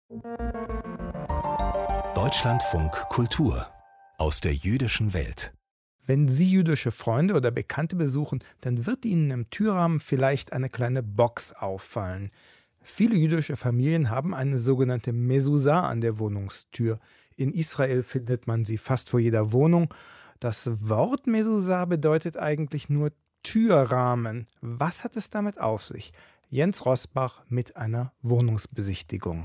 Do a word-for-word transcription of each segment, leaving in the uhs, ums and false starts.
Deutschlandfunk Kultur aus der jüdischen Welt. Wenn Sie jüdische Freunde oder Bekannte besuchen, dann wird Ihnen im Türrahmen vielleicht eine kleine Box auffallen. Viele jüdische Familien haben eine sogenannte Mezuzah an der Wohnungstür. In Israel findet man sie fast vor jeder Wohnung. Das Wort Mezuzah bedeutet eigentlich nur Türrahmen. Was hat es damit auf sich? Jens Rosbach mit einer Wohnungsbesichtigung.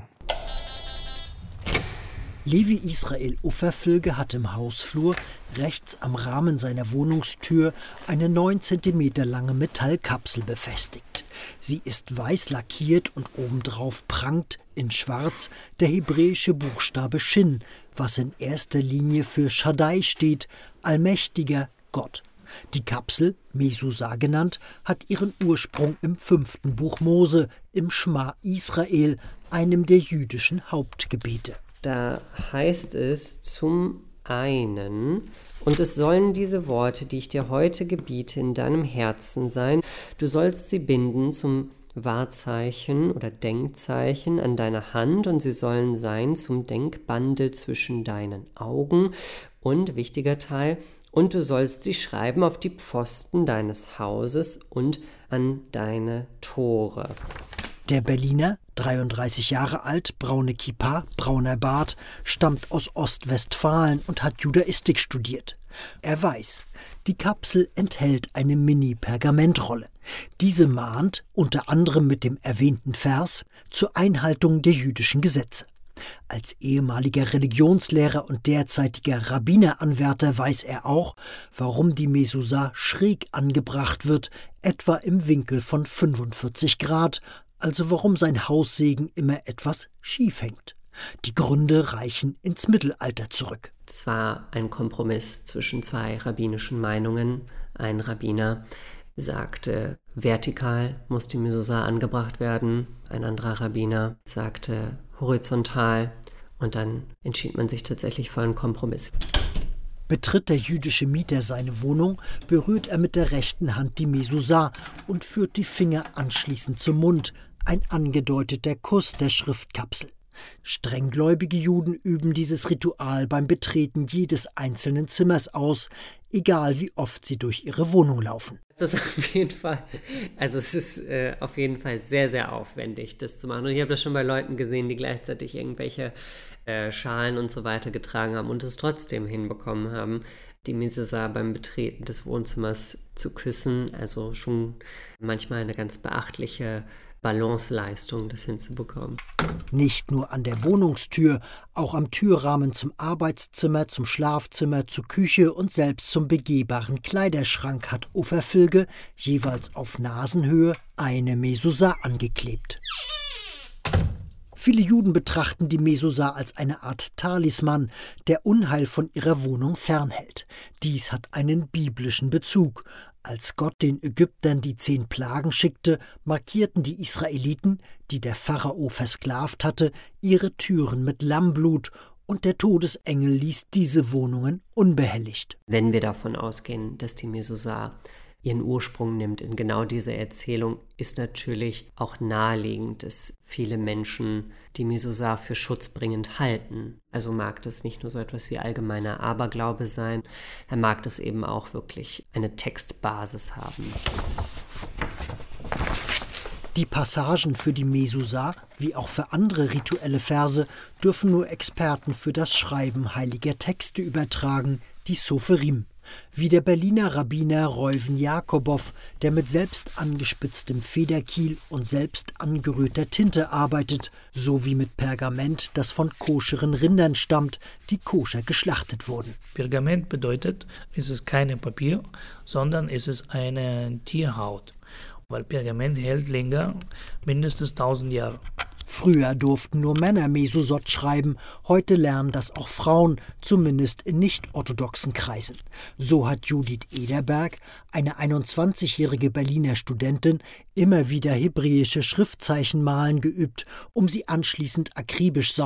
Levi Israel Ufferfilge hat im Hausflur rechts am Rahmen seiner Wohnungstür eine neun Zentimeter lange Metallkapsel befestigt. Sie ist weiß lackiert und obendrauf prangt in schwarz der hebräische Buchstabe Shin, was in erster Linie für Shaddai steht, allmächtiger Gott. Die Kapsel, Mezuzah genannt, hat ihren Ursprung im fünften Buch Mose, im Schma Israel, einem der jüdischen Hauptgebete. Da heißt es zum einen, und es sollen diese Worte, die ich dir heute gebiete, in deinem Herzen sein. Du sollst sie binden zum Wahrzeichen oder Denkzeichen an deiner Hand und sie sollen sein zum Denkbande zwischen deinen Augen. Und, wichtiger Teil, und du sollst sie schreiben auf die Pfosten deines Hauses und an deine Tore. Der Berliner, dreiunddreißig Jahre alt, braune Kippa, brauner Bart, stammt aus Ostwestfalen und hat Judaistik studiert. Er weiß, die Kapsel enthält eine Mini-Pergamentrolle. Diese mahnt, unter anderem mit dem erwähnten Vers, zur Einhaltung der jüdischen Gesetze. Als ehemaliger Religionslehrer und derzeitiger Rabbineranwärter weiß er auch, warum die Mezuzah schräg angebracht wird, etwa im Winkel von fünfundvierzig Grad, also warum sein Haussegen immer etwas schief hängt. Die Gründe reichen ins Mittelalter zurück. Es war ein Kompromiss zwischen zwei rabbinischen Meinungen. Ein Rabbiner sagte, vertikal muss die Mezuzah angebracht werden. Ein anderer Rabbiner sagte, horizontal. Und dann entschied man sich tatsächlich für einen Kompromiss. Betritt der jüdische Mieter seine Wohnung, berührt er mit der rechten Hand die Mezuzah und führt die Finger anschließend zum Mund, ein angedeuteter Kuss der Schriftkapsel. Strenggläubige Juden üben dieses Ritual beim Betreten jedes einzelnen Zimmers aus, egal wie oft sie durch ihre Wohnung laufen. Es ist auf jeden Fall, also es ist äh, auf jeden Fall sehr, sehr aufwendig, das zu machen. Und ich habe das schon bei Leuten gesehen, die gleichzeitig irgendwelche äh, Schalen und so weiter getragen haben und es trotzdem hinbekommen haben, die Mezuzah beim Betreten des Wohnzimmers zu küssen. Also schon manchmal eine ganz beachtliche Balanceleistung, das hinzubekommen. Nicht nur an der Wohnungstür, auch am Türrahmen zum Arbeitszimmer, zum Schlafzimmer, zur Küche und selbst zum begehbaren Kleiderschrank hat Ufferfilge jeweils auf Nasenhöhe eine Mezuzah angeklebt. Viele Juden betrachten die Mezuzah als eine Art Talisman, der Unheil von ihrer Wohnung fernhält. Dies hat einen biblischen Bezug. Als Gott den Ägyptern die zehn Plagen schickte, markierten die Israeliten, die der Pharao versklavt hatte, ihre Türen mit Lammblut und der Todesengel ließ diese Wohnungen unbehelligt. Wenn wir davon ausgehen, dass die Mezuzah ihren Ursprung nimmt in genau diese Erzählung, ist natürlich auch naheliegend, dass viele Menschen die Mezuzah für schutzbringend halten. Also mag das nicht nur so etwas wie allgemeiner Aberglaube sein, dann mag das eben auch wirklich eine Textbasis haben. Die Passagen für die Mezuzah, wie auch für andere rituelle Verse, dürfen nur Experten für das Schreiben heiliger Texte übertragen, die Soferim. Wie der Berliner Rabbiner Reuven Jakobow, der mit selbst angespitztem Federkiel und selbst angerührter Tinte arbeitet, sowie mit Pergament, das von koscheren Rindern stammt, die koscher geschlachtet wurden. Pergament bedeutet, es ist kein Papier, sondern es ist eine Tierhaut, weil Pergament hält länger, mindestens tausend Jahre. Früher durften nur Männer Mezuzot schreiben, heute lernen das auch Frauen, zumindest in nicht-orthodoxen Kreisen. So hat Judith Ederberg, eine einundzwanzigjährige Berliner Studentin, immer wieder hebräische Schriftzeichen malen geübt, um sie anschließend akribisch sauber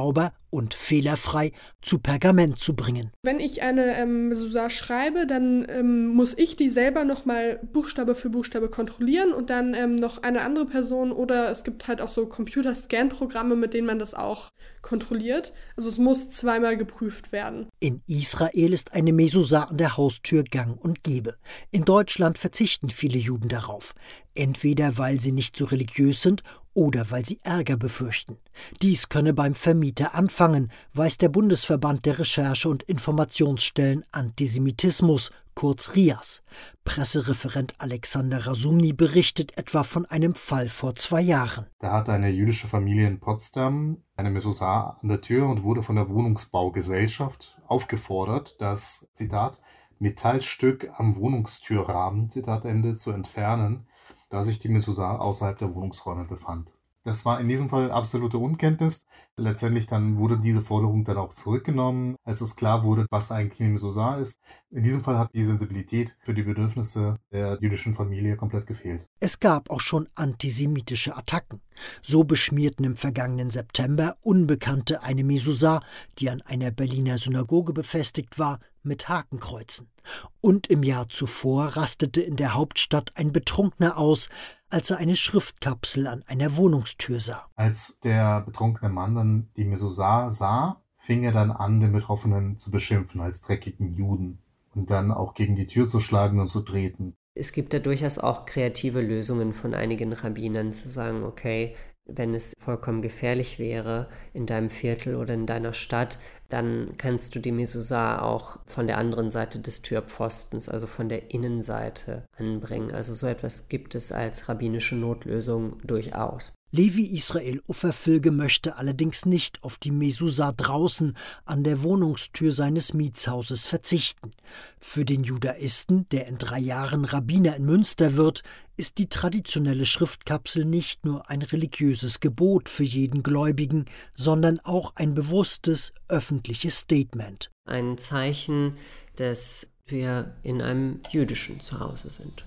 und fehlerfrei zu Pergament zu bringen. Wenn ich eine ähm, Mezuzah schreibe, dann ähm, muss ich die selber nochmal Buchstabe für Buchstabe kontrollieren und dann ähm, noch eine andere Person, oder es gibt halt auch so Computer-Scan-Programme, mit denen man das auch kontrolliert. Also es muss zweimal geprüft werden. In Israel ist eine Mezuzah an der Haustür gang und gäbe. In Deutschland verzichten viele Juden darauf. Entweder weil sie nicht so religiös sind oder weil sie Ärger befürchten. Dies könne beim Vermieter anfangen, weiß der Bundesverband der Recherche- und Informationsstellen Antisemitismus, kurz R I A S. Pressereferent Alexander Rasumny berichtet etwa von einem Fall vor zwei Jahren. Da hatte eine jüdische Familie in Potsdam eine Mezuzah an der Tür und wurde von der Wohnungsbaugesellschaft aufgefordert, das, Zitat, Metallstück am Wohnungstürrahmen, Zitat Ende, zu entfernen, da sich die Mezuzah außerhalb der Wohnungsräume befand. Das war in diesem Fall absolute Unkenntnis. Letztendlich dann wurde diese Forderung dann auch zurückgenommen, als es klar wurde, was eigentlich eine Mezuzah ist. In diesem Fall hat die Sensibilität für die Bedürfnisse der jüdischen Familie komplett gefehlt. Es gab auch schon antisemitische Attacken. So beschmierten im vergangenen September Unbekannte eine Mezuzah, die an einer Berliner Synagoge befestigt war, mit Hakenkreuzen. Und im Jahr zuvor rastete in der Hauptstadt ein Betrunkener aus, als er eine Schriftkapsel an einer Wohnungstür sah. Als der betrunkene Mann dann die Mezuzah sah, fing er dann an, den Betroffenen zu beschimpfen als dreckigen Juden und dann auch gegen die Tür zu schlagen und zu treten. Es gibt da durchaus auch kreative Lösungen von einigen Rabbinern, zu sagen, okay, wenn es vollkommen gefährlich wäre in deinem Viertel oder in deiner Stadt, dann kannst du die Mezuzah auch von der anderen Seite des Türpfostens, also von der Innenseite, anbringen. Also so etwas gibt es als rabbinische Notlösung durchaus. Levi Israel Ufferfilge möchte allerdings nicht auf die Mezuzah draußen an der Wohnungstür seines Mietshauses verzichten. Für den Judaisten, der in drei Jahren Rabbiner in Münster wird, ist die traditionelle Schriftkapsel nicht nur ein religiöses Gebot für jeden Gläubigen, sondern auch ein bewusstes öffentliches Statement. Ein Zeichen, dass wir in einem jüdischen Zuhause sind.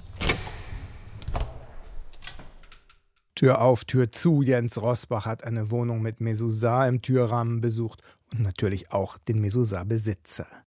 Tür auf, Tür zu. Jens Rosbach hat eine Wohnung mit Mezuzah im Türrahmen besucht und natürlich auch den Mezuzah-Besitzer.